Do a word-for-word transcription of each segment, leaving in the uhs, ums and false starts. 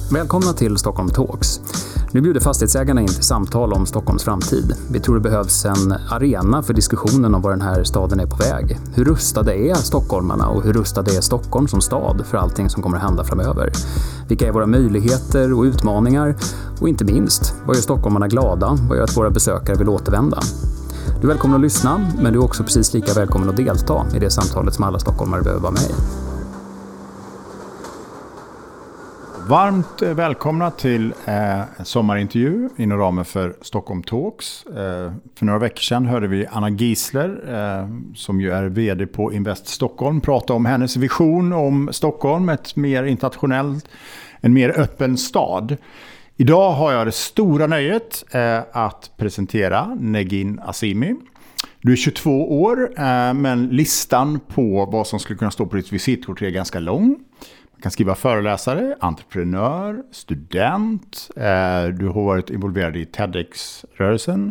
Välkomna till Stockholm Talks. Nu bjuder fastighetsägarna in till samtal om Stockholms framtid. Vi tror det behövs en arena för diskussionen om var den här staden är på väg. Hur rustade är stockholmarna och hur rustade är Stockholm som stad för allting som kommer att hända framöver? Vilka är våra möjligheter och utmaningar? Och inte minst, vad gör stockholmarna glada? Vad gör att våra besökare vill återvända? Du är välkommen att lyssna, men du är också precis lika välkommen att delta i det samtalet som alla stockholmare behöver vara med i. Varmt välkomna till eh, en sommarintervju inom ramen för Stockholm Talks. Eh, för några veckor sedan hörde vi Anna Giesler, eh, som ju är vd på Invest Stockholm, prata om hennes vision om Stockholm, ett mer internationellt, en mer öppen stad. Idag har jag det stora nöjet eh, att presentera Negin Azimi. Du är tjugotvå år, eh, men listan på vad som skulle kunna stå på ditt visitkort är ganska lång. Man kan skriva föreläsare, entreprenör, student. Eh, du har varit involverad i TEDx-rörelsen.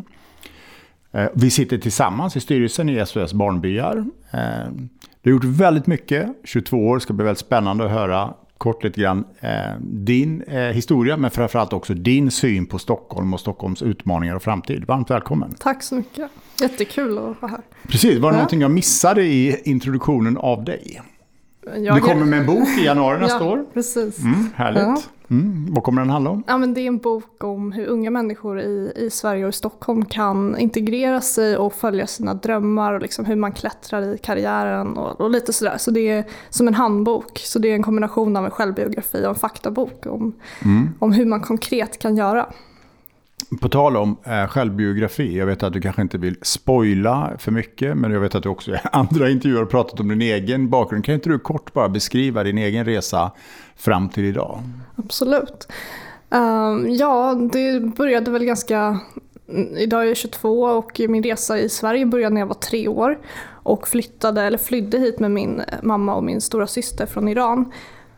Eh, vi sitter tillsammans i styrelsen i S O S Barnbyar. Eh, du har gjort väldigt mycket. tjugotvå år, ska bli väldigt spännande att höra kort lite grann eh, din eh, historia, men framförallt också din syn på Stockholm och Stockholms utmaningar och framtid. Varmt välkommen. Tack så mycket. Jättekul att vara här. Precis, var det ja. någonting jag missade i introduktionen av dig? Jag du kommer med en bok i januari nästa ja, år. Precis. Mm, härligt. Ja. Mm, vad kommer den handla om? Ja, men det är en bok om hur unga människor i, i Sverige och i Stockholm kan integrera sig och följa sina drömmar och liksom hur man klättrar i karriären och, och lite sådär. Så det är som en handbok. Så det är en kombination av en självbiografi och en faktabok om, mm. om hur man konkret kan göra. På tal om eh, självbiografi, jag vet att du kanske inte vill spoila för mycket, men jag vet att du också i andra intervjuer har pratat om din egen bakgrund. Kan inte du kort bara beskriva din egen resa fram till idag? Absolut. Um, ja, det började väl ganska... Idag är jag tjugotvå och min resa i Sverige började när jag var tre år och flyttade, eller flydde hit med min mamma och min stora syster från Iran.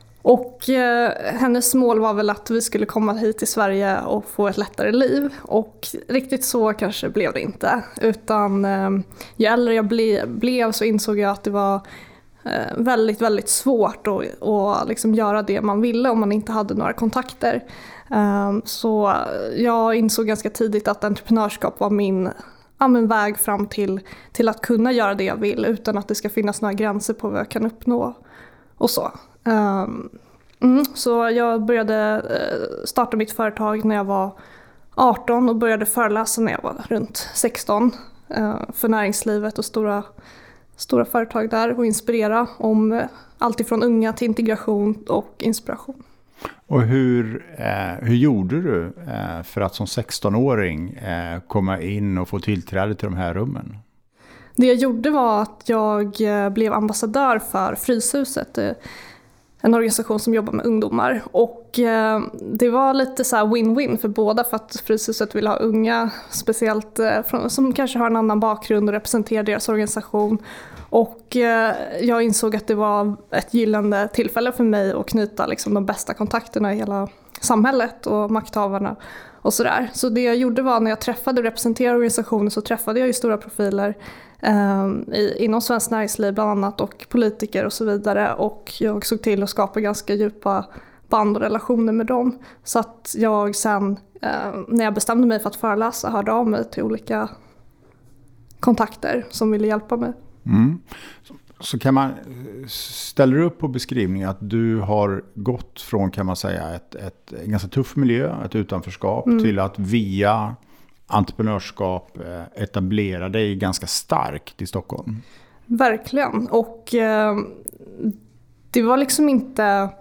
Och eh, hennes mål var väl att vi skulle komma hit till Sverige och få ett lättare liv. Och riktigt så kanske blev det inte. Utan eh, ju äldre jag ble, blev så insåg jag att det var eh, väldigt, väldigt svårt att, att liksom göra det man ville om man inte hade några kontakter. Eh, så jag insåg ganska tidigt att entreprenörskap var min, ja, min väg fram till, till att kunna göra det jag vill utan att det ska finnas några gränser på vad jag kan uppnå och så. Um, mm, så jag började uh, starta mitt företag när jag var arton och började föreläsa när jag var runt sexton uh, för näringslivet och stora, stora företag där och inspirera om uh, allt ifrån unga till integration och inspiration. Och hur, eh, hur gjorde du eh, för att som sexton-åring eh, komma in och få tillträde till de här rummen? Det jag gjorde var att jag uh, blev ambassadör för Fryshuset, uh, en organisation som jobbar med ungdomar. Och eh, det var lite så här win-win för båda, för att Fryshuset vill ha unga, speciellt eh, från, som kanske har en annan bakgrund och representerar deras organisation. Och eh, jag insåg att det var ett gyllene tillfälle för mig att knyta liksom, de bästa kontakterna i hela samhället och makthavarna och sådär. Så det jag gjorde var när jag träffade och representerade organisationer så träffade jag ju stora profiler Um, i, inom svensk näringsliv bland annat och politiker och så vidare, och jag såg till att skapa ganska djupa band och relationer med dem, så att jag sen uh, när jag bestämde mig för att föreläsa hörde av mig till olika kontakter som ville hjälpa mig. Mm. Så, så kan man ställa upp på beskrivningen att du har gått från, kan man säga, ett, ett, en ganska tuff miljö, ett utanförskap, mm. till att via entreprenörskap etablera dig ganska starkt i Stockholm. Verkligen. Och eh, det var liksom inte...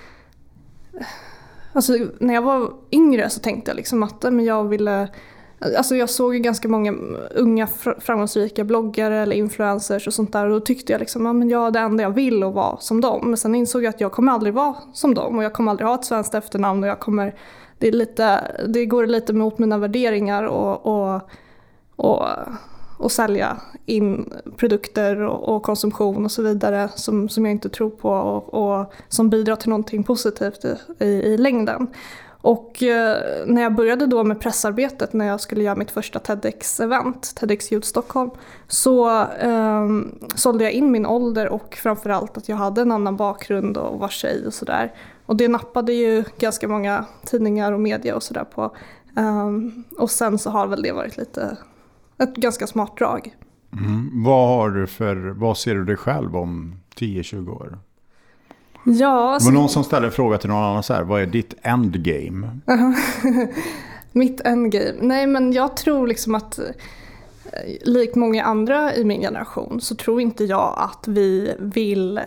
Alltså, när jag var yngre så tänkte jag liksom att men jag ville... Alltså jag såg ju ganska många unga framgångsrika bloggare eller influencers och sånt där, och då tyckte jag liksom att ja, det enda jag vill att vara som dem. Men sen insåg jag att jag kommer aldrig vara som dem och jag kommer aldrig ha ett svenskt efternamn och jag kommer... Det, är lite, det går lite mot mina värderingar och, och, och, och sälja in produkter och, och konsumtion och så vidare som, som jag inte tror på och, och som bidrar till någonting positivt i, i, i längden. Och eh, när jag började då med pressarbetet, när jag skulle göra mitt första TEDx-event, TEDx Youth Stockholm, så eh, sålde jag in min ålder och framförallt att jag hade en annan bakgrund och var tjej och sådär. Och det nappade ju ganska många tidningar och media och sådär på. Um, och sen så har väl det varit lite ett ganska smart drag. Mm. Vad har du för, vad ser du dig själv om tio tjugo år? Ja, alltså, det var någon som ställde en fråga till någon annan så här, vad är ditt endgame? Mitt endgame? Nej, men jag tror liksom att likt många andra i min generation så tror inte jag att vi vill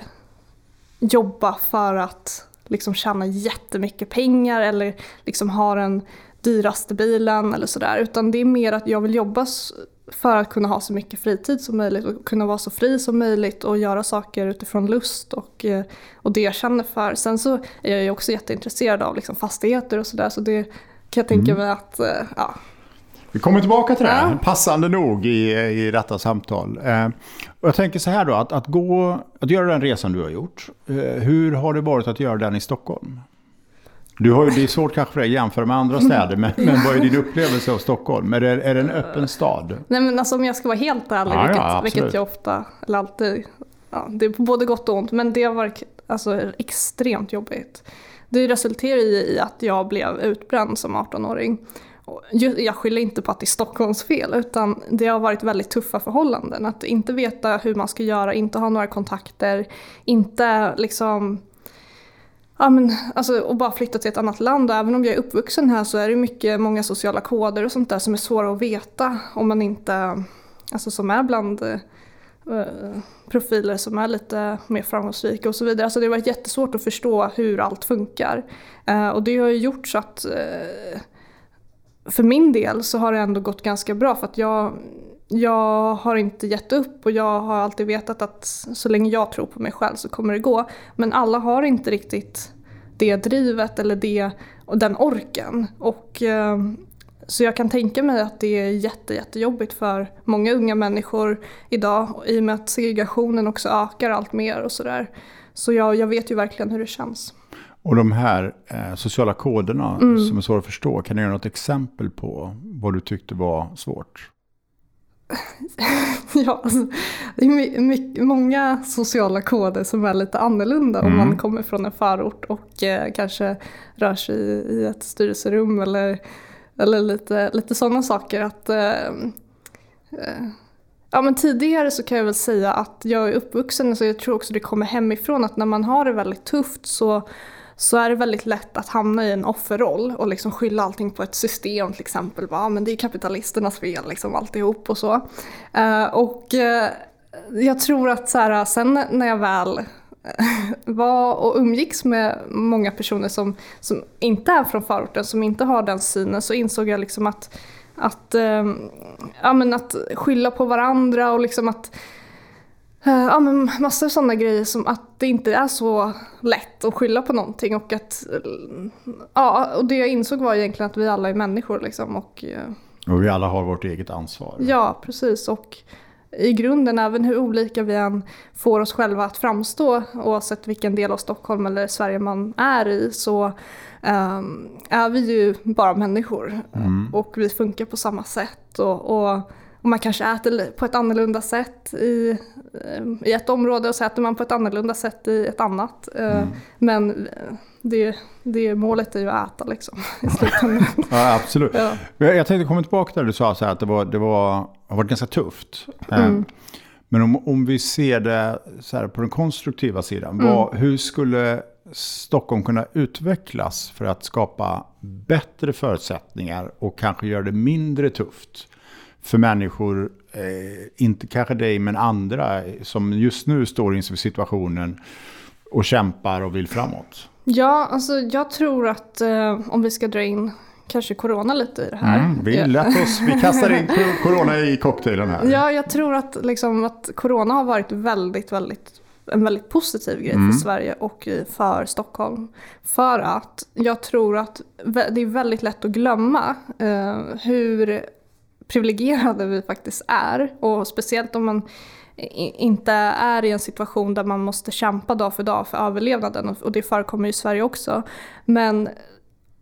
jobba för att liksom tjäna jättemycket pengar eller liksom ha den dyraste bilen eller sådär, utan det är mer att jag vill jobba för att kunna ha så mycket fritid som möjligt och kunna vara så fri som möjligt och göra saker utifrån lust och, och det jag känner för. Sen så är jag ju också jätteintresserad av liksom fastigheter och sådär, så det kan jag tänka mm. mig att, ja. Vi kommer tillbaka till det här, ja. Passande nog i, i detta samtal. Eh, och jag tänker så här då, att, att, gå, att göra den resan du har gjort, eh, hur har det varit att göra den i Stockholm? Du har ju, det är svårt kanske för dig att jämföra med andra städer, men, men vad är din upplevelse av Stockholm? Är det, är det en öppen stad? Nej, men alltså om jag ska vara helt ärlig, ja, vilket, ja, vilket jag ofta, eller alltid, ja, det är både gott och ont, men det har varit alltså, extremt jobbigt. Det resulterar i att jag blev utbränd som arton-åring. Jag skyller inte på att det är Stockholms fel, utan det har varit väldigt tuffa förhållanden. Att inte veta hur man ska göra, inte ha några kontakter, inte liksom... Ja, men, alltså, och bara flytta till ett annat land. Och även om jag är uppvuxen här så är det mycket många sociala koder och sånt där som är svåra att veta om man inte, alltså som är bland eh, profiler som är lite mer framgångsrika och så vidare. Alltså det har varit jättesvårt att förstå hur allt funkar. Eh, och det har ju gjort så att eh, för min del så har det ändå gått ganska bra, för att jag, jag har inte gett upp och jag har alltid vetat att så länge jag tror på mig själv så kommer det gå. Men alla har inte riktigt det drivet eller det, och den orken. Och, eh, så jag kan tänka mig att det är jätte, jättejobbigt för många unga människor idag, i och med att segregationen också ökar allt mer och sådär. Så jag, jag vet ju verkligen hur det känns. Och de här eh, sociala koderna mm. som är svåra att förstå, kan du göra något exempel på vad du tyckte var svårt? Ja, alltså, det är mycket, många sociala koder som är lite annorlunda mm. om man kommer från en förort och eh, kanske rör sig i, i ett styrelserum eller, eller lite, lite sådana saker. Att, eh, eh, ja, men tidigare så kan jag väl säga att jag är uppvuxen, så jag tror också det kommer hemifrån, att när man har det väldigt tufft så så är det väldigt lätt att hamna i en offerroll och liksom skylla allting på ett system, till exempel. Ja, men det är kapitalisternas fel, liksom, alltihop och så. Uh, och uh, jag tror att så här, sen när jag väl var och umgicks med många personer som, som inte är från förorten, som inte har den synen, så insåg jag liksom att, att, uh, ja, men att skylla på varandra och liksom att ja, men massor sådana grejer, som att det inte är så lätt att skylla på någonting, och att ja, och det jag insåg var egentligen att vi alla är människor liksom, och, och vi alla har vårt eget ansvar. Ja, precis, och i grunden även hur olika vi än får oss själva att framstå, oavsett vilken del av Stockholm eller Sverige man är i, så um, är vi ju bara människor mm. och vi funkar på samma sätt, och, och Och man kanske äter på ett annorlunda sätt i, i ett område, och så äter man på ett annorlunda sätt i ett annat. Mm. Men det, det målet är ju att äta liksom, i slutändan. Ja, absolut. Ja. Jag tänkte komma tillbaka där du sa så här, att det, var, det var, har varit ganska tufft. Mm. Men om, om vi ser det så här på den konstruktiva sidan, mm. vad, hur skulle Stockholm kunna utvecklas för att skapa bättre förutsättningar och kanske göra det mindre tufft för människor, eh, inte kanske dig men andra, som just nu står inför situationen och kämpar och vill framåt? Ja, alltså jag tror att eh, om vi ska dra in kanske corona lite i det här. Mm, vi lät oss, vi kastar in corona i cocktailen här. Ja, jag tror att, liksom, att corona har varit väldigt, väldigt en väldigt positiv grej mm. för Sverige och för Stockholm. För att jag tror att det är väldigt lätt att glömma eh, hur privilegierade vi faktiskt är, och speciellt om man inte är i en situation där man måste kämpa dag för dag för överlevnaden, och det förekommer i Sverige också. Men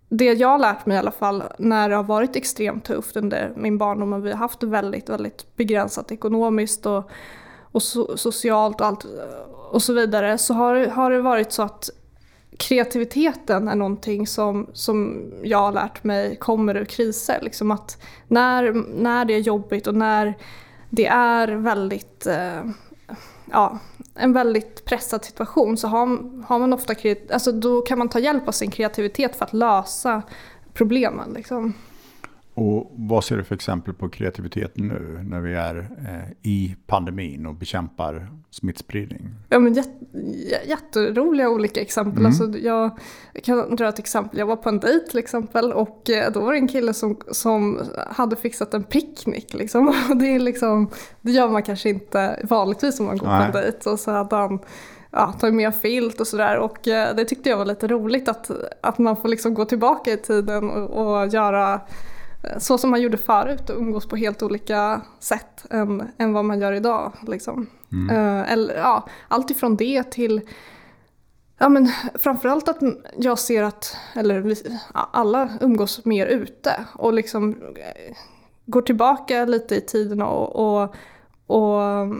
det jag har lärt mig i alla fall när det har varit extremt tufft under min barndom och vi har haft det väldigt, väldigt begränsat ekonomiskt och, och so- socialt och allt och så vidare, så har, har det varit så att kreativiteten är någonting som, som jag har lärt mig kommer ur kriser. Liksom att när, när det är jobbigt och när det är väldigt, eh, ja, en väldigt pressad situation, så har, har man ofta kreat- alltså då kan man ta hjälp av sin kreativitet för att lösa problemen. Liksom. Och vad ser du för exempel på kreativitet nu när vi är eh, i pandemin och bekämpar smittspridning? Ja, men jät- jätteroliga olika exempel. Mm. Alltså, jag kan dra ett exempel. Jag var på en dejt till exempel och eh, då var det en kille som, som hade fixat en picknick. Liksom. Det, är liksom, det gör man kanske inte vanligtvis om man går Nej. på en dejt. Och så hade han ja, tagit med filt och sådär. Och eh, det tyckte jag var lite roligt att, att man får liksom gå tillbaka i tiden och, och göra så som man gjorde förut och umgås på helt olika sätt än, än vad man gör idag. Liksom. Mm. Uh, eller, ja, allt ifrån det till ja, men framförallt att jag ser att eller vi, alla umgås mer ute och liksom går tillbaka lite i tiden och, och, och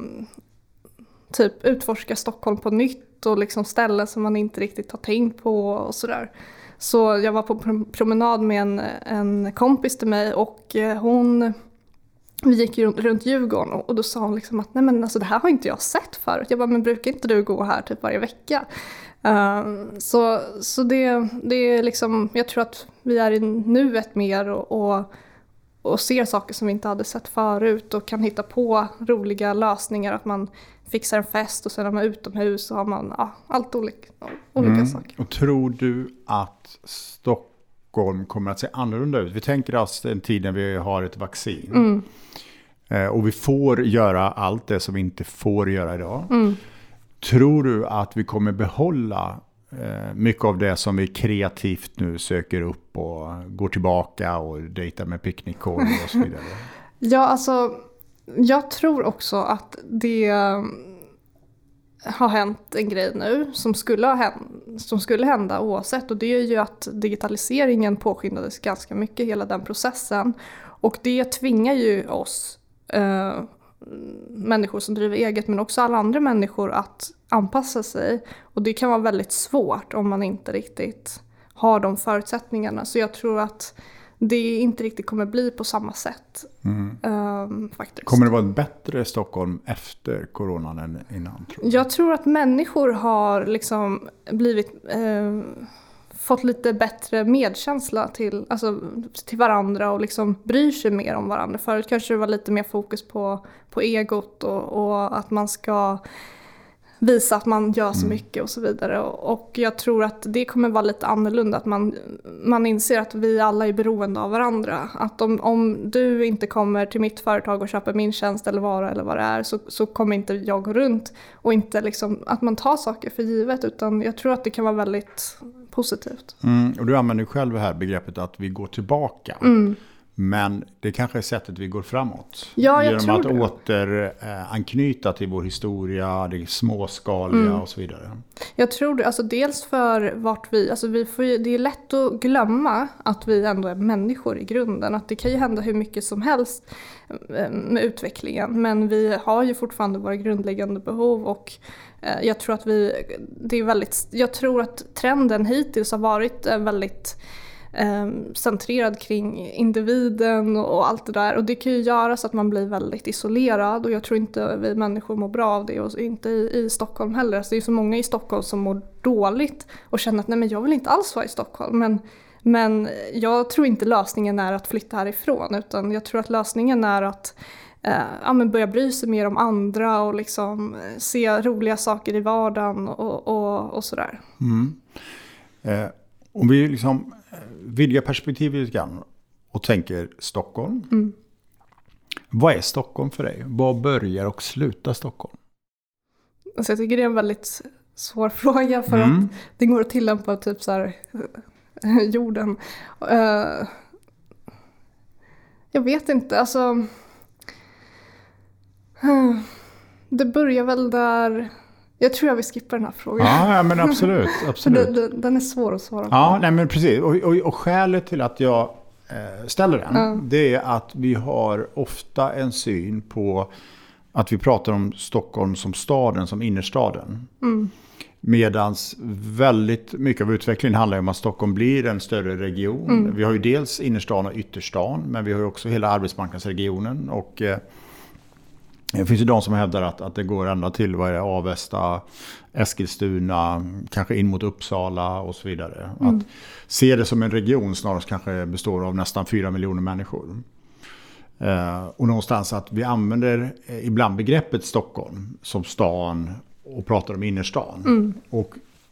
typ utforska Stockholm på nytt och liksom ställen som man inte riktigt har tänkt på och sådär. Så jag var på promenad med en, en kompis till mig och hon, vi gick ju runt Djurgården och, och då sa hon liksom att nej men alltså det här har inte jag sett förut. Jag bara, men brukar inte du gå här typ varje vecka? Uh, så så det, det är liksom, jag tror att vi är i nuet mer och, och, och ser saker som vi inte hade sett förut och kan hitta på roliga lösningar, att man fixar en fest och sen är man utomhus och har man ja, allt olika, olika mm. saker. Och tror du att Stockholm kommer att se annorlunda ut? Vi tänker oss en tid när vi har ett vaccin. Mm. Eh, och vi får göra allt det som vi inte får göra idag. Mm. Tror du att vi kommer behålla eh, mycket av det som vi kreativt nu söker upp och går tillbaka och dejtar med picknickkorg och så vidare? Ja, alltså jag tror också att det har hänt en grej nu som skulle, ha hänt, som skulle hända oavsett, och det är ju att digitaliseringen påskyndades ganska mycket, hela den processen, och det tvingar ju oss eh, människor som driver eget men också alla andra människor att anpassa sig, och det kan vara väldigt svårt om man inte riktigt har de förutsättningarna, så jag tror att det inte riktigt kommer bli på samma sätt. Mm. Um, faktiskt. Kommer det vara ett bättre Stockholm efter coronan än innan? Tror jag. jag tror att människor har liksom blivit eh, fått lite bättre medkänsla till, alltså, till varandra och liksom bryr sig mer om varandra. Förut kanske det var lite mer fokus på, på egot och, och att man ska visa att man gör så mycket och så vidare. Och, och jag tror att det kommer vara lite annorlunda. Att man, man inser att vi alla är beroende av varandra. Att om, om du inte kommer till mitt företag och köper min tjänst eller vara eller vad det är, så, så kommer inte jag gå runt. Och inte liksom att man tar saker för givet. Utan jag tror att det kan vara väldigt positivt. Mm, och du använder själv det här begreppet att vi går tillbaka. Mm. Men det kanske är sättet vi går framåt. Ja, jag genom tror att det. återanknyta till vår historia, det småskaliga mm. och så vidare. Jag tror det. Alltså dels för vart vi... Alltså vi får ju, det är lätt att glömma att vi ändå är människor i grunden. Att det kan ju hända hur mycket som helst med utvecklingen. Men vi har ju fortfarande våra grundläggande behov, och jag tror att vi... Det är väldigt, jag tror att trenden hittills har varit väldigt... centrerad kring individen och allt det där, och det kan ju göra så att man blir väldigt isolerad, och jag tror inte vi människor mår bra av det, och inte i, i Stockholm heller. Så det är så många i Stockholm som mår dåligt och känner att nej, men jag vill inte alls vara i Stockholm, men, men jag tror inte lösningen är att flytta härifrån, utan jag tror att lösningen är att eh, ja, men börja bry sig mer om andra och liksom se roliga saker i vardagen och, och, och sådär. Mm. Eh, om vi liksom vidgar perspektivet lite grann och tänker Stockholm. Mm. Vad är Stockholm för dig? Var börjar och slutar Stockholm? Alltså jag tycker det är en väldigt svår fråga, för mm. att det går att tillämpa typ så här jorden. Uh, jag vet inte, alltså uh, det börjar väl där Jag tror jag vill skippa den här frågan. Ja, men absolut. absolut. den, den är svår att svara på. Ja, nej, men precis. Och, och, och skälet till att jag eh, ställer den, mm. det är att vi har ofta en syn på att vi pratar om Stockholm som staden, som innerstaden. Mm. Medans väldigt mycket av utvecklingen handlar om att Stockholm blir en större region. Mm. Vi har ju dels innerstan och ytterstan, men vi har ju också hela arbetsmarknadsregionen. Och eh, det finns ju de som hävdar att, att det går ända till vad är det, Avesta, Eskilstuna, kanske in mot Uppsala och så vidare. Mm. Att se det som en region snarast kanske består av nästan fyra miljoner människor. Eh, och någonstans att vi använder eh, ibland begreppet Stockholm som stan och pratar om innerstan. Mm. Och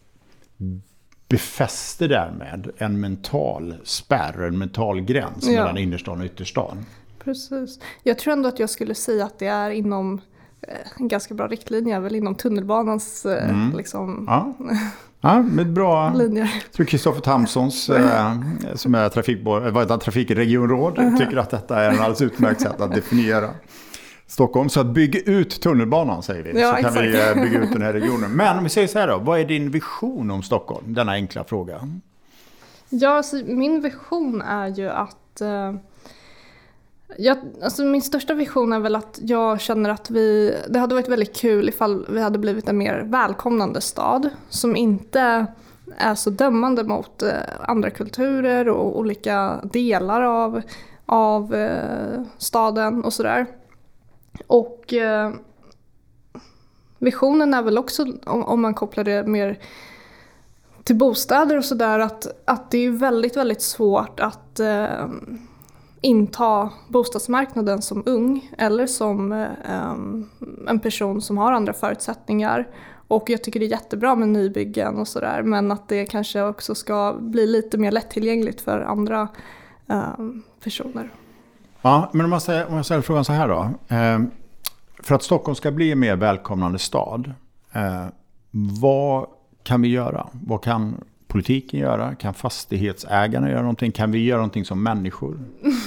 befäster därmed en mental spärr, en mental gräns ja. mellan innerstan och ytterstan. Precis. Jag tror ändå att jag skulle säga att det är inom eh, en ganska bra riktlinje, väl inom tunnelbanans eh, mm. liksom... Ja. Ja, med bra linjer. Jag tror Kristoffer Tamsons eh, som är trafikbo- trafikregionråd uh-huh. tycker att detta är en alldeles utmärkt sätt att definiera Stockholm. Så att bygga ut tunnelbanan säger vi. Ja, så kan exakt. vi bygga ut den här regionen. Men om vi säger så här då, vad är din vision om Stockholm? Denna enkla fråga. Ja, alltså, min vision är ju att eh, jag, alltså, min största vision är väl att jag känner att vi, det hade varit väldigt kul ifall vi hade blivit en mer välkomnande stad som inte är så dömande mot eh, andra kulturer och olika delar av, av eh, staden och sådär. Och eh, visionen är väl också, om, om man kopplar det mer till bostäder och sådär, att, att det är väldigt, väldigt svårt att eh, inta bostadsmarknaden som ung eller som eh, en person som har andra förutsättningar. Och jag tycker det är jättebra med nybyggen och sådär, men att det kanske också ska bli lite mer lättillgängligt för andra eh, personer. Ja, men om man säger, om jag ställer frågan så här då. Eh, för att Stockholm ska bli en mer välkomnande stad, eh, vad kan vi göra? Vad kan politiken göra? Kan fastighetsägarna göra någonting? Kan vi göra någonting som människor?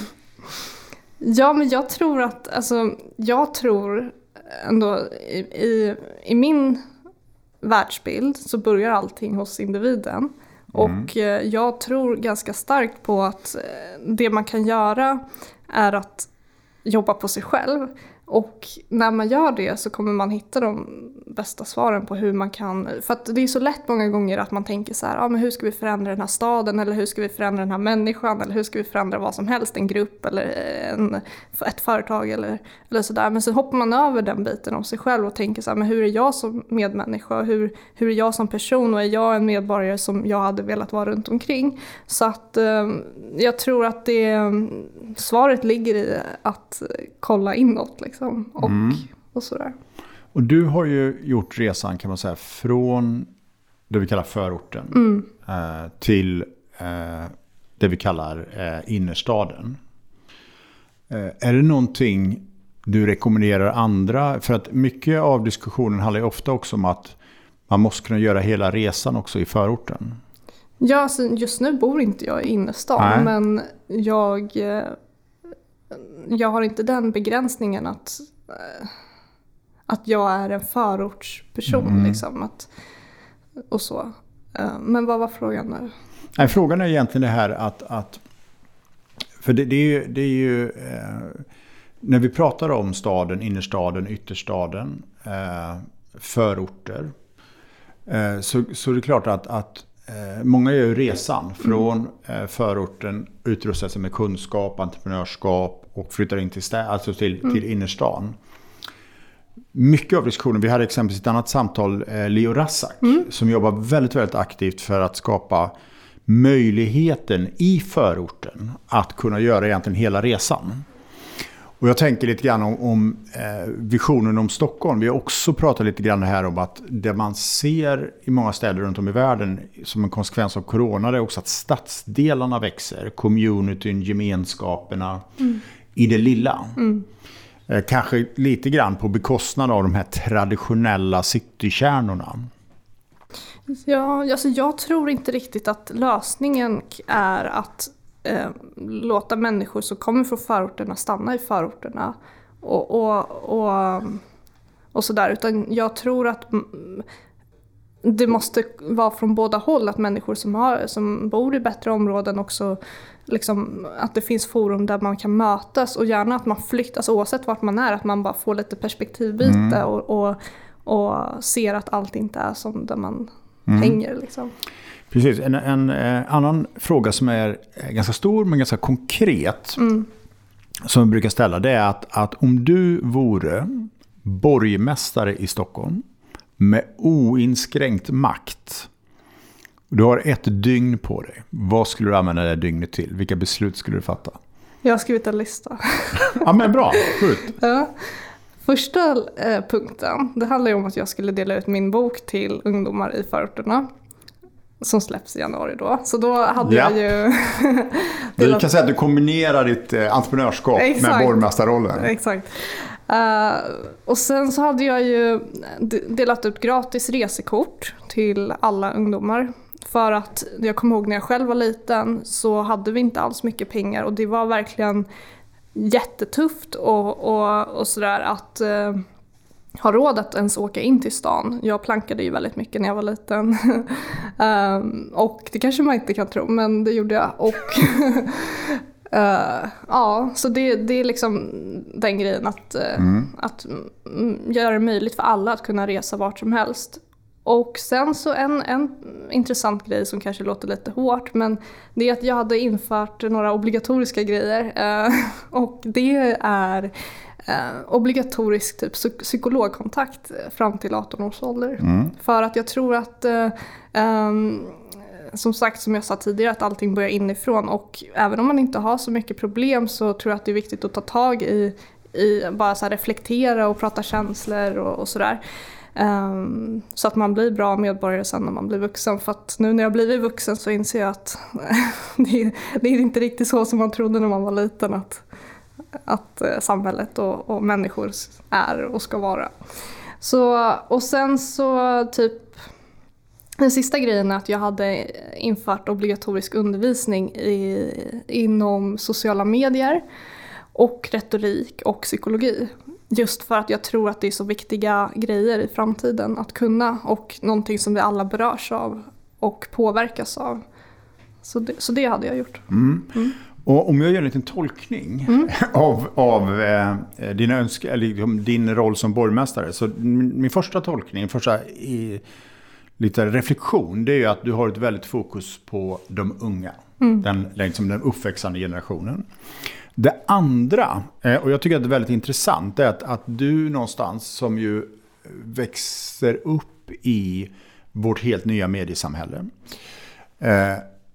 Ja, men jag tror att, alltså, jag tror ändå i, i, i min världsbild så börjar allting hos individen. Mm. Och eh, jag tror ganska starkt på att eh, det man kan göra är att jobba på sig själv. Och när man gör det så kommer man hitta de bästa svaren på hur man kan... För att det är så lätt många gånger att man tänker så här, ja, men hur ska vi förändra den här staden? Eller hur ska vi förändra den här människan? Eller hur ska vi förändra vad som helst? En grupp eller en, ett företag eller, eller sådär. Men så hoppar man över den biten om sig själv och tänker så här, men hur är jag som medmänniska? Hur, hur är jag som person? Och är jag en medborgare som jag hade velat vara runt omkring? Så att eh, jag tror att det, svaret ligger i att kolla inåt liksom. Och, mm. och sådär. Och du har ju gjort resan kan man säga från det vi kallar förorten mm. eh, till eh, det vi kallar eh, innerstaden. Eh, är det någonting du rekommenderar andra? För att mycket av diskussionen handlar ju ofta också om att man måste kunna göra hela resan också i förorten. Ja, alltså just nu bor inte jag i innerstan, men jag... Eh, Jag har inte den begränsningen att, att jag är en förortsperson. Mm. Liksom, att, och så. Men vad var frågan nu? Nej, frågan är egentligen det här att... att för det, det är ju... Det är ju eh, när vi pratar om staden, innerstaden, ytterstaden, eh, förorter. Eh, så, så är det klart att... att många gör ju resan från mm. förorten, utrustar sig med kunskap, entreprenörskap och flyttar in till, stä- alltså till, mm. till innerstan. Mycket av diskussionen, vi hade exempelvis ett annat samtal, eh, Leo Rassak, mm. som jobbar väldigt, väldigt aktivt för att skapa möjligheten i förorten att kunna göra egentligen hela resan. Och jag tänker lite grann om, om eh, visionen om Stockholm. Vi har också pratat lite grann här om att det man ser i många städer runt om i världen som en konsekvens av corona, det är också att stadsdelarna växer. Communityn, gemenskaperna mm. i det lilla. Mm. Eh, kanske lite grann på bekostnad av de här traditionella citykärnorna. Ja, alltså jag tror inte riktigt att lösningen är att Eh, låta människor som kommer från förorterna stanna i förorterna och, och, och, och sådär. Utan jag tror att det måste vara från båda håll, att människor som, har, som bor i bättre områden också, liksom, att det finns forum där man kan mötas, och gärna att man flyttas oavsett vart man är, att man bara får lite perspektivbyte mm. och, och, och ser att allt inte är som där man mm. hänger. Liksom. Precis, en, en eh, annan fråga som är ganska stor men ganska konkret mm. som vi brukar ställa, det är att, att om du vore borgmästare i Stockholm med oinskränkt makt, du har ett dygn på dig, vad skulle du använda det dygnet till? Vilka beslut skulle du fatta? Jag har skrivit en lista. Ja, men bra, sjukt. Ja. Första eh, punkten, det handlar ju om att jag skulle dela ut min bok till ungdomar i förorterna. Som släpps i januari då. Så då hade ja. jag ju... Du kan säga att du kombinerar ditt eh, entreprenörskap Exakt. med borgmästarrollen. Exakt. Uh, och sen så hade jag ju delat ut gratis resekort till alla ungdomar. För att jag kommer ihåg när jag själv var liten så hade vi inte alls mycket pengar. Och det var verkligen jättetufft och, och, och sådär att... Uh, har råd att ens åka in till stan. Jag plankade ju väldigt mycket när jag var liten. um, och det kanske man inte kan tro, men det gjorde jag. Och uh, ja, så det, det är liksom den grejen att, uh, mm. att mm, göra det möjligt för alla att kunna resa vart som helst. Och sen så en, en intressant grej som kanske låter lite hårt, men det är att jag hade infört några obligatoriska grejer. Uh, och det är... Uh, obligatorisk typ psykologkontakt fram till arton års ålder. Mm. För att jag tror att uh, um, som sagt, som jag sa tidigare, att allting börjar inifrån, och även om man inte har så mycket problem så tror jag att det är viktigt att ta tag i, i bara så här reflektera och prata känslor och, och sådär. Um, så att man blir bra medborgare sen när man blir vuxen. För att nu när jag blivit vuxen så inser jag att det, det är inte riktigt så som man trodde när man var liten, att att samhället och, och människor är och ska vara. Så, och sen så typ den sista grejen är att jag hade infört obligatorisk undervisning i, inom sociala medier och retorik och psykologi. Just för att jag tror att det är så viktiga grejer i framtiden att kunna, och någonting som vi alla berörs av och påverkas av. Så det, så det hade jag gjort. Mm. Mm. Och om jag gör en liten tolkning mm. av, av eh, dina önsk- eller din roll som borgmästare. Så min första tolkning, första i, lite reflektion, det är ju att du har ett väldigt fokus på de unga. Mm. Den, liksom den uppväxande generationen. Det andra, eh, och jag tycker att det är väldigt intressant, är att, att du någonstans som ju växer upp i vårt helt nya mediesamhälle eh,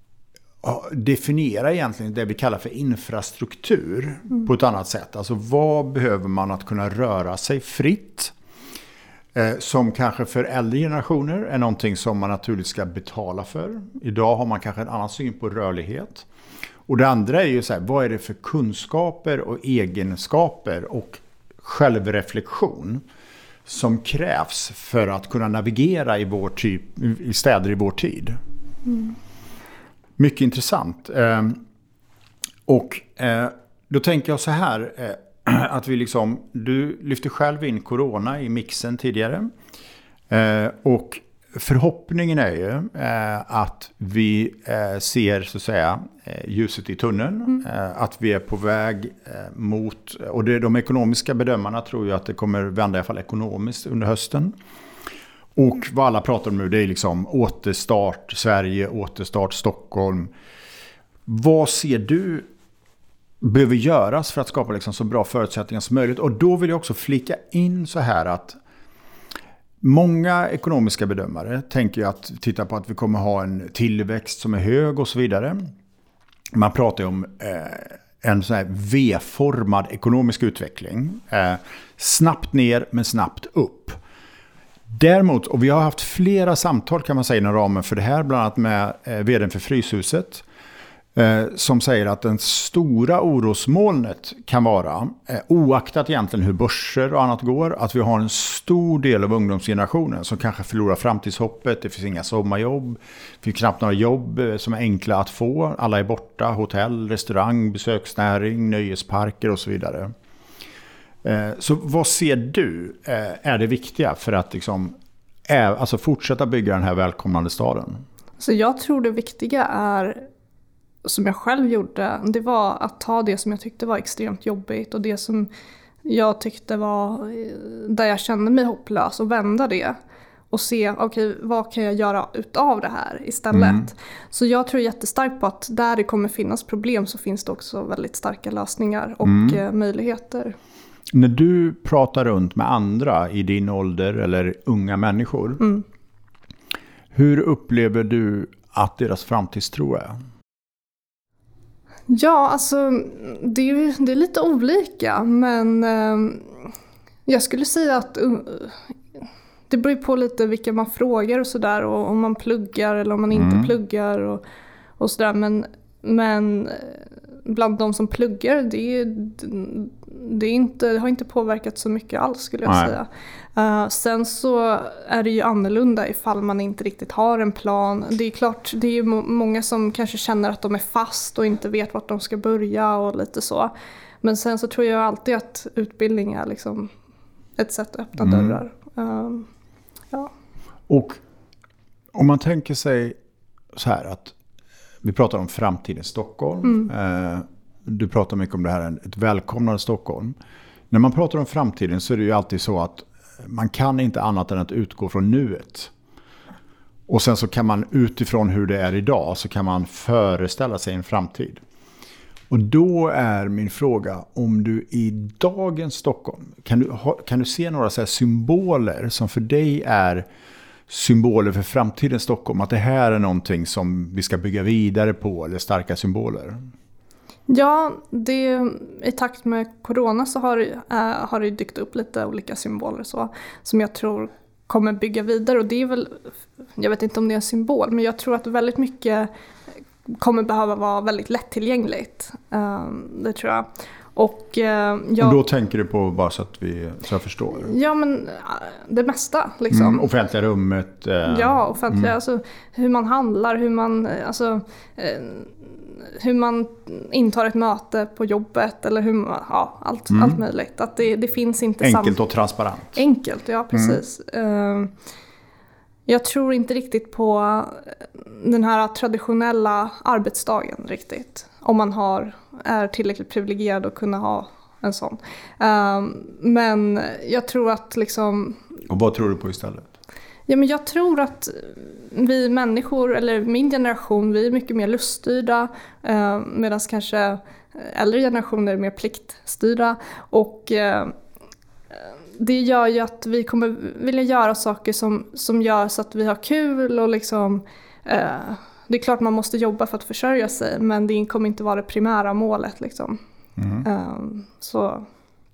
definiera egentligen det vi kallar för infrastruktur mm. på ett annat sätt. Alltså vad behöver man att kunna röra sig fritt, eh, som kanske för äldre generationer är någonting som man naturligt ska betala för. Idag har man kanske en annan syn på rörlighet. Och det andra är ju så här, vad är det för kunskaper och egenskaper och självreflektion som krävs för att kunna navigera i, vår typ, i städer i vår tid. Mm. Mycket intressant. Eh, och eh, då tänker jag så här, eh, att vi liksom, du lyfter själv in corona i mixen tidigare. Eh, och förhoppningen är ju eh, att vi eh, ser så att säga eh, ljuset i tunneln. Mm. Eh, att vi är på väg eh, mot, och det, de ekonomiska bedömarna tror ju att det kommer vända i alla fall ekonomiskt under hösten. Och vad alla pratar om nu, det är liksom återstart Sverige, återstart Stockholm. Vad ser du behöver göras för att skapa liksom så bra förutsättningar som möjligt? Och då vill jag också flika in så här att många ekonomiska bedömare tänker ju att titta på att vi kommer ha en tillväxt som är hög och så vidare. Man pratar ju om eh, en sån här V-formad ekonomisk utveckling. Eh, snabbt ner men snabbt upp. Däremot, och vi har haft flera samtal kan man säga inom ramen för det här, bland annat med eh, vdn för Fryshuset, eh, som säger att den stora orosmolnet kan vara, eh, oaktat egentligen hur börser och annat går, att vi har en stor del av ungdomsgenerationen som kanske förlorar framtidshoppet, det finns inga sommarjobb, det finns knappt några jobb eh, som är enkla att få, alla är borta, hotell, restaurang, besöksnäring, nöjesparker och så vidare. Eh, så vad ser du eh, är det viktiga för att liksom, eh, alltså fortsätta bygga den här välkomnande staden? Så jag tror det viktiga är, som jag själv gjorde, det var att ta det som jag tyckte var extremt jobbigt och det som jag tyckte var där jag kände mig hopplös och vända det och se, okej, okay, vad kan jag göra utav det här istället. Mm. Så jag tror jättestarkt på att där det kommer finnas problem så finns det också väldigt starka lösningar och mm. möjligheter. När du pratar runt med andra i din ålder eller unga människor, mm. hur upplever du att deras framtidstro är? Ja, alltså det är, det är lite olika, men eh, jag skulle säga att uh, det beror på lite vilka man frågar och sådär, och om man pluggar eller om man inte mm. pluggar och, och sådär, men, men bland de som pluggar, det, det, är inte, det har inte påverkat så mycket alls skulle jag Nej. säga. Uh, sen så är det ju annorlunda ifall man inte riktigt har en plan. Det är klart, det är ju må- många som kanske känner att de är fast och inte vet vart de ska börja och lite så. Men sen så tror jag alltid att utbildning är liksom ett sätt att öppna mm. dörrar. Uh, ja. Och om man tänker sig så här att vi pratar om framtidens Stockholm. Mm. Uh, du pratar mycket om det här, ett välkomnande Stockholm. När man pratar om framtiden så är det ju alltid så att man kan inte annat än att utgå från nuet. Och sen så kan man utifrån hur det är idag så kan man föreställa sig en framtid. Och då är min fråga, om du i dagens Stockholm, kan du, ha, kan du se några så här symboler som för dig är symboler för framtidens Stockholm? Att det här är någonting som vi ska bygga vidare på, eller starka symboler? Ja, det, i takt med corona så har, äh, har det dykt upp lite olika symboler så, som jag tror kommer bygga vidare. Och det är väl, jag vet inte om det är en symbol, men jag tror att väldigt mycket kommer behöva vara väldigt lättillgängligt. Um, det tror jag. Och, uh, jag, och då tänker du på, bara så att vi så jag förstår. Ja, men det mesta liksom. Mm, offentliga rummet. Uh, ja, offentliga, mm. alltså hur man handlar, hur man, alltså uh, hur man intar ett möte på jobbet eller hur man, ja, allt, mm. allt möjligt. Att det, det finns inte enkelt sam- och transparent. Enkelt, ja precis. Mm. Uh, jag tror inte riktigt på den här traditionella arbetsdagen riktigt. Om man har, är tillräckligt privilegierad att kunna ha en sån. Uh, men jag tror att liksom... Och vad tror du på istället? Ja, men jag tror att vi människor, eller min generation, vi är mycket mer luststyrda, eh, medan kanske äldre generationer är mer pliktstyrda. Och eh, det gör ju att vi kommer vilja göra saker som, som gör så att vi har kul och liksom... Eh, det är klart man måste jobba för att försörja sig, men det kommer inte vara det primära målet liksom. Mm. Eh, så...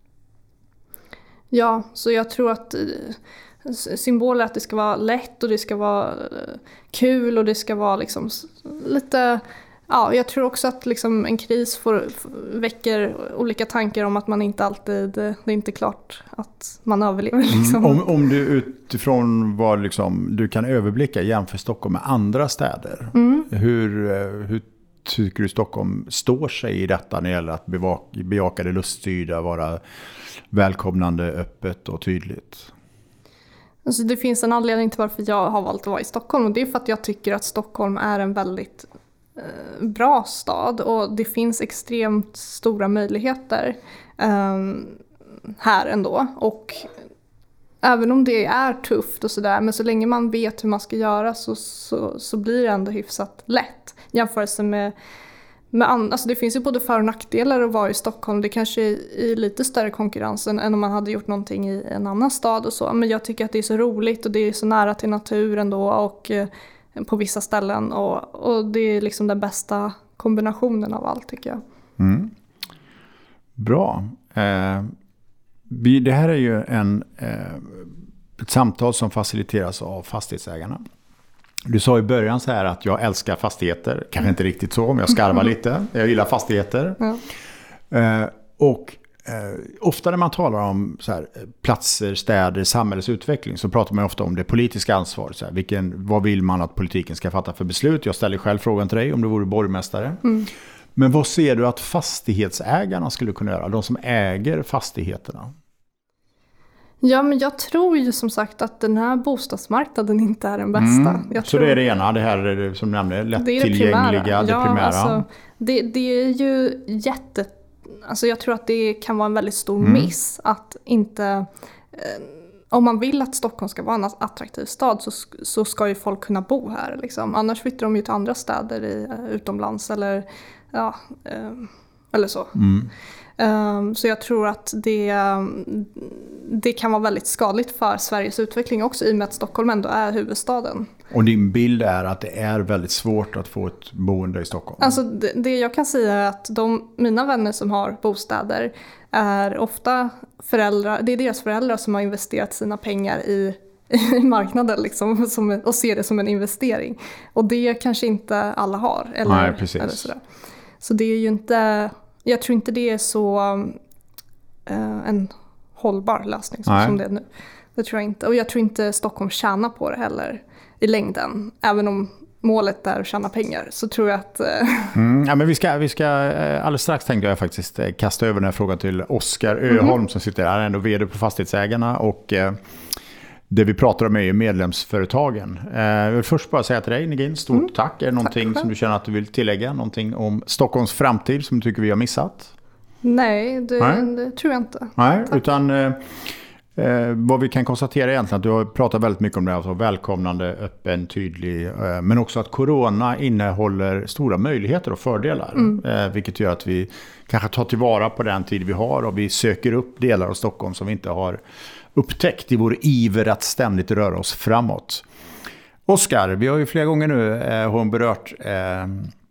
Ja, så jag tror att... Symboler att det ska vara lätt och det ska vara kul och det ska vara liksom lite, ja, jag tror också att liksom en kris får, väcker olika tankar om att man inte alltid, det är inte klart att man överlever liksom. Mm. Om, om du utifrån vad liksom, du kan överblicka jämför Stockholm med andra städer, mm. hur, hur tycker du Stockholm står sig i detta när det gäller att bevaka, bejaka det luststyrda, vara välkomnande, öppet och tydligt? Alltså det finns en anledning till varför jag har valt att vara i Stockholm, och det är för att jag tycker att Stockholm är en väldigt eh, bra stad och det finns extremt stora möjligheter eh, här ändå. Och även om det är tufft och sådär, men så länge man vet hur man ska göra så, så, så blir det ändå hyfsat lätt jämfört med Men alltså det finns ju både för- och nackdelar att vara i Stockholm. Det kanske är i lite större konkurrensen än om man hade gjort någonting i en annan stad och så. Men jag tycker att det är så roligt och det är så nära till naturen då och eh, på vissa ställen. Och, och det är liksom den bästa kombinationen av allt tycker jag. Mm. Bra. Eh, vi, det här är ju en, eh, ett samtal som faciliteras av fastighetsägarna. Du sa i början så här att jag älskar fastigheter. Kanske inte riktigt så, men jag skarvar lite. Jag gillar fastigheter. Ja. Eh, och eh, ofta när man talar om så här, platser, städer, samhällsutveckling så pratar man ofta om det politiska ansvaret. Så här, vilken, vad vill man att politiken ska fatta för beslut? Jag ställer själv frågan till dig om du vore borgmästare. Mm. Men vad ser du att fastighetsägarna skulle kunna göra? De som äger fastigheterna? Ja, men jag tror ju som sagt att den här bostadsmarknaden inte är den bästa. Mm. Jag så tror... det är det ena, det här som du nämnde, lättillgängliga, det, det ja, primära. Alltså, det, det är ju jätte... Alltså jag tror att det kan vara en väldigt stor mm. miss att inte... Eh, om man vill att Stockholm ska vara en attraktiv stad så, så ska ju folk kunna bo här. Liksom. Annars flyttar de ju till andra städer i, utomlands eller, ja, eh, eller så. Mm. Um, så jag tror att det, det kan vara väldigt skadligt för Sveriges utveckling också i och med att Stockholm ändå är huvudstaden. Och din bild är att det är väldigt svårt att få ett boende i Stockholm? Alltså det, det jag kan säga är att de, mina vänner som har bostäder är ofta föräldrar, det är deras föräldrar som har investerat sina pengar i, i marknaden liksom, som, och ser det som en investering. Och det kanske inte alla har. Eller, Nej, precis. Eller sådär. Så det är ju inte... Jag tror inte det är så uh, en hållbar lösning som, som det är nu. Det tror jag inte. Och jag tror inte Stockholm tjänar på det heller i längden. Även om målet är att tjäna pengar så tror jag att... Uh... Mm, ja, men vi ska, vi ska alldeles strax tänkte jag faktiskt kasta över den här frågan till Oskar Öholm mm-hmm. som sitter här, ändå vd på Fastighetsägarna. Och uh, det vi pratar om är ju medlemsföretagen. Uh, jag vill först bara säga till dig, Negin, stort mm. tack. Är det någonting tack som du känner att du vill tillägga? Någonting om Stockholms framtid som du tycker vi har missat? Nej, det, Nej. det tror jag inte. Nej, tack. Utan... Uh, Eh, vad vi kan konstatera egentligen att du har pratat väldigt mycket om det, alltså välkomnande, öppen, tydlig, eh, men också att corona innehåller stora möjligheter och fördelar, mm. eh, vilket gör att vi kanske tar tillvara på den tid vi har och vi söker upp delar av Stockholm som vi inte har upptäckt i vår iver att ständigt röra oss framåt. Oskar, vi har ju flera gånger nu eh, hon berört eh,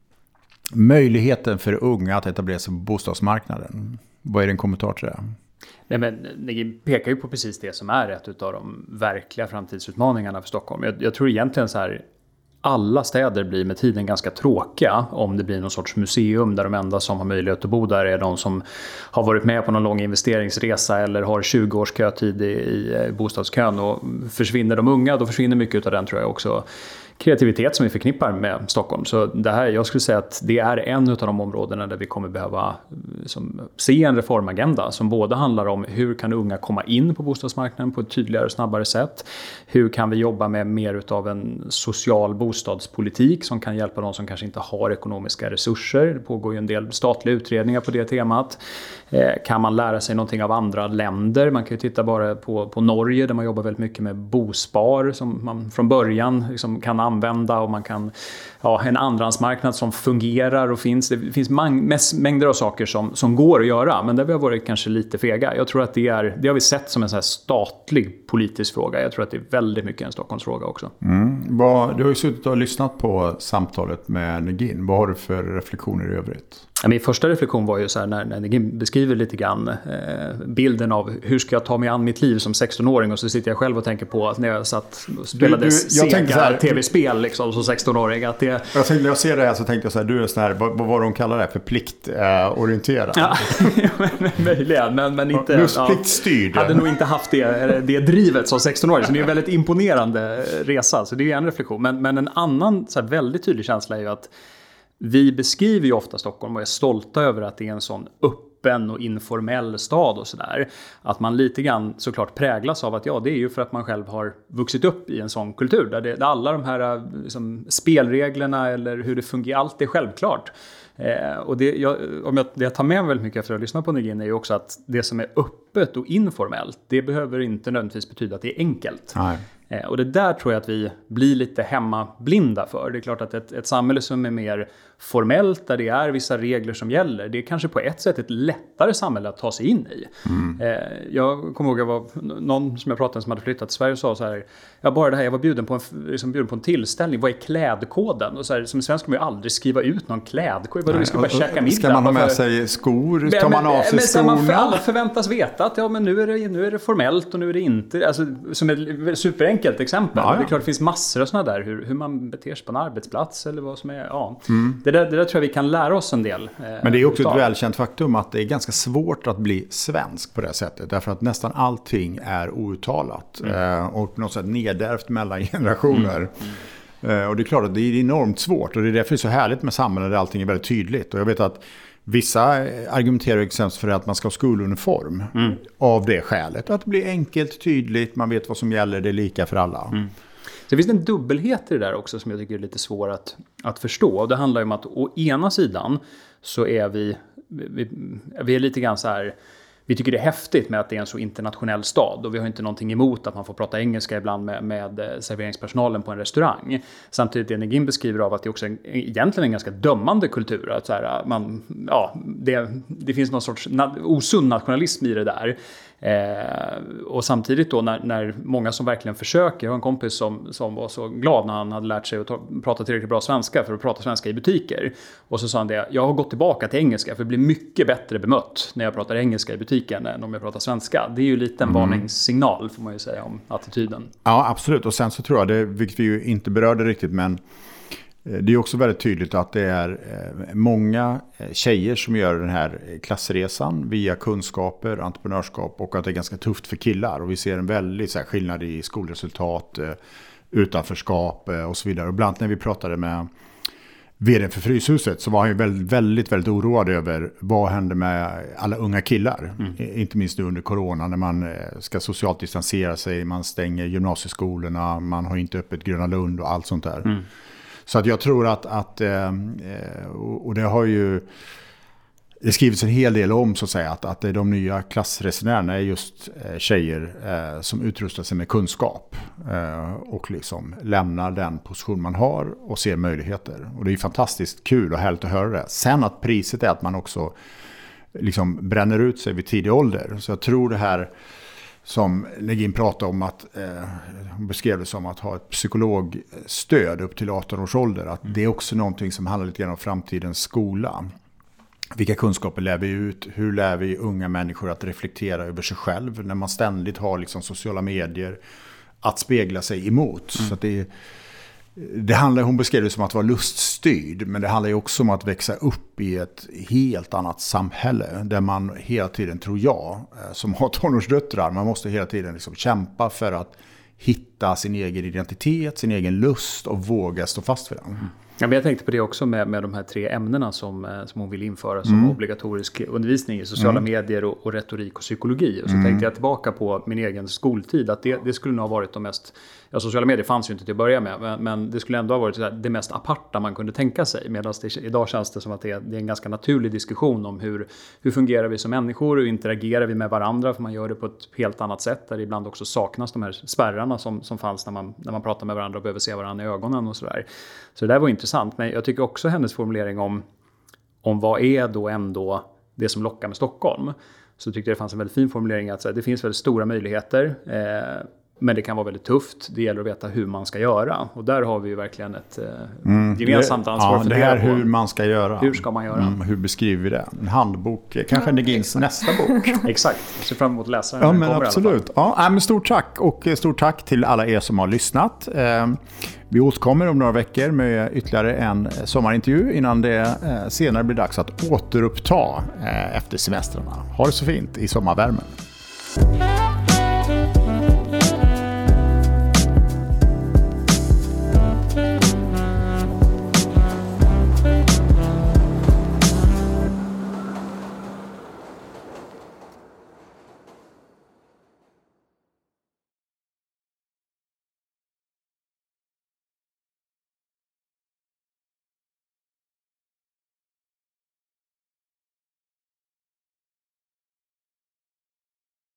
möjligheten för unga att etablera sig på bostadsmarknaden. Vad är din kommentar till det? Nej, men ni pekar ju på precis det som är ett av de verkliga framtidsutmaningarna för Stockholm. Jag, jag tror egentligen så här, alla städer blir med tiden ganska tråkiga om det blir någon sorts museum där de enda som har möjlighet att bo där är de som har varit med på någon lång investeringsresa eller har tjugo års kötid i, i bostadskön. Och försvinner de unga, då försvinner mycket av den, tror jag också. Kreativitet som vi förknippar med Stockholm. Så det här, jag skulle säga att det är en av de områdena där vi kommer behöva som, se en reformagenda som både handlar om hur kan unga komma in på bostadsmarknaden på ett tydligare och snabbare sätt. Hur kan vi jobba med mer av en social bostadspolitik som kan hjälpa de som kanske inte har ekonomiska resurser. Det pågår ju en del statliga utredningar på det temat. Eh, kan man lära sig någonting av andra länder? Man kan ju titta bara på, på Norge där man jobbar väldigt mycket med bospar som man från början liksom kan använda och man kan ja, en andrahandsmarknad som fungerar och finns. Det finns mang- mängder av saker som, som går att göra, men där vi har varit kanske lite fega. Jag tror att det, är, det har vi sett som en så här statlig politisk fråga. Jag tror att det är väldigt mycket en Stockholmsfråga också. Mm. Vad, du har ju suttit och lyssnat på samtalet med Negin. Vad har du för reflektioner i övrigt? Ja, min första reflektion var ju så här när, när Negin beskriver lite grann eh, bilden av hur ska jag ta mig an mitt liv som sexton-åring, och så sitter jag själv och tänker på att när jag satt och spelade du, du, sega tv-spel liksom, som sexton-åring. Att det... jag tänkte, när jag ser det här så tänkte jag så här, du är sån här, vad, vad de kallar det för pliktorienterad. Ja, möjligen, men, men inte... Just pliktstyrd. Ja, hade nog inte haft det, det drivet som sexton-åring, så det är en väldigt imponerande resa, så det är en reflektion. Men, men en annan så här, väldigt tydlig känsla är ju att vi beskriver ju ofta Stockholm och är stolta över att det är en sån öppen och informell stad och sådär. Att man lite grann såklart präglas av att ja, det är ju för att man själv har vuxit upp i en sån kultur. Där, det, där alla de här liksom, spelreglerna eller hur det fungerar, allt är självklart. Eh, och det jag, om jag, det jag tar med mig väldigt mycket efter att ha lyssnat på Negin är ju också att det som är öppet och informellt, det behöver inte nödvändigtvis betyda att det är enkelt. Nej. Eh, och det där tror jag att vi blir lite hemmablinda för. Det är klart att ett, ett samhälle som är mer formellt, där det är vissa regler som gäller, det är kanske på ett sätt ett lättare samhälle att ta sig in i. Mm. Eh, jag kommer ihåg att jag var någon som jag pratade med som hade flyttat till Sverige och sa så här, ja, bara det här, jag var bjuden på en, liksom bjuden på en tillställning, vad är klädkoden? Och så här, som svensk kommer jag aldrig skriva ut någon klädkod. Vadå, vi ska bara käka middag. Ska man ha med sig skor? Tar man av sig skorna? Men alla förväntas veta att ja, men nu, är det, nu är det formellt och nu är det inte. Alltså, som ett superenkelt exempel. Ja, ja. Det är klart det finns massor av sådana där. Hur, hur man beter sig på en arbetsplats eller vad som är. Ja. Mm. Det, där, det där tror jag vi kan lära oss en del. Eh, men det är också ett välkänt faktum att det är ganska svårt att bli svensk på det sättet. Därför att nästan allting är outtalat. Mm. Eh, och på något sätt nedärvt mellan generationer. Mm. Mm. Och det är klart att det är enormt svårt och det är därför det är så härligt med samhällen där allting är väldigt tydligt. Och jag vet att vissa argumenterar exempelvis för att man ska ha skoluniform mm. av det skälet. Att det blir enkelt, tydligt, man vet vad som gäller, det är lika för alla. Mm. Så det finns en dubbelhet i det där också som jag tycker är lite svår att, att förstå. Och det handlar ju om att å ena sidan så är vi, vi, vi är lite grann så här... Vi tycker det är häftigt med att det är en så internationell stad och vi har inte någonting emot att man får prata engelska ibland med, med serveringspersonalen på en restaurang. Samtidigt är det Negin beskriver av att det också är egentligen en ganska dömande kultur. Att så här, man, ja, det, det finns någon sorts osund nationalism i det där. Eh, och samtidigt då när, när många som verkligen försöker, jag har en kompis som, som var så glad när han hade lärt sig att ta, prata tillräckligt bra svenska för att prata svenska i butiker. Och så sa han det, jag har gått tillbaka till engelska för det blir mycket bättre bemött när jag pratar engelska i butiken än om jag pratar svenska. Det är ju lite en mm. varningssignal får man ju säga om attityden. Ja, absolut. Och sen så tror jag det, vilket vi ju inte berörde riktigt, men det är också väldigt tydligt att det är många tjejer som gör den här klassresan via kunskaper, entreprenörskap och att det är ganska tufft för killar. Och vi ser en väldigt så här, skillnad i skolresultat, utanförskap och så vidare. Och bland annat när vi pratade med vd för Fryshuset så var han ju väldigt, väldigt, väldigt oroad över vad händer med alla unga killar. Mm. Inte minst nu under corona när man ska socialt distansera sig, man stänger gymnasieskolorna, man har inte öppet Gröna Lund och allt sånt där. Mm. Så att jag tror att, att och det har ju det skrivits en hel del om så att säga, att, att det är de nya klassresenärerna är just tjejer eh, som utrustar sig med kunskap eh, och liksom lämnar den position man har och ser möjligheter. Och det är ju fantastiskt kul och härligt att höra det. Sen att priset är att man också liksom bränner ut sig vid tidig ålder. Så jag tror det här som Negin pratade om att eh, hon beskrev det som att ha ett psykologstöd upp till arton års ålder. Att det är också någonting som handlar lite grann om framtidens skola. Vilka kunskaper lär vi ut? Hur lär vi unga människor att reflektera över sig själv när man ständigt har liksom sociala medier att spegla sig emot? Mm. Så att det, det handlar, hon beskrev det som att vara luststyrd, men det handlar ju också om att växa upp i ett helt annat samhälle där man hela tiden, tror jag, som har tonårsdöttrar, man måste hela tiden liksom kämpa för att hitta sin egen identitet, sin egen lust och våga stå fast för den. Mm. Ja, men jag tänkte på det också med, med de här tre ämnena som, som hon vill införa som mm. obligatorisk undervisning i sociala mm. medier och, och retorik och psykologi. Och så mm. tänkte jag tillbaka på min egen skoltid att det, det skulle nog ha varit de mest, ja, sociala medier fanns ju inte till att börja med, men, men det skulle ändå ha varit så här, det mest aparta man kunde tänka sig. Medan det, idag känns det som att det är, det är en ganska naturlig diskussion om hur, hur fungerar vi som människor, hur interagerar vi med varandra, för man gör det på ett helt annat sätt där det ibland också saknas de här spärrarna som, som fanns när man, när man pratar med varandra och behöver se varandra i ögonen och sådär. Så det där var intressant, men jag tycker också hennes formulering om, om vad är då ändå det som lockar med Stockholm. Så tyckte jag det fanns en väldigt fin formulering att så här, det finns väldigt stora möjligheter, eh, men det kan vara väldigt tufft. Det gäller att veta hur man ska göra. Och där har vi ju verkligen ett eh, mm, gemensamt det, ansvar ja, för det. Här hur man ska göra. Hur ska man göra? Mm, hur beskriver vi det? En handbok, kanske Negins nästa bok. Exakt, jag ser fram emot att läsa den. Ja, men absolut. Ja, men stort tack och stort tack till alla er som har lyssnat. Eh, vi återkommer om några veckor med ytterligare en sommarintervju innan det eh, senare blir dags att återuppta eh, efter semestrarna. Ha det så fint i sommarvärmen.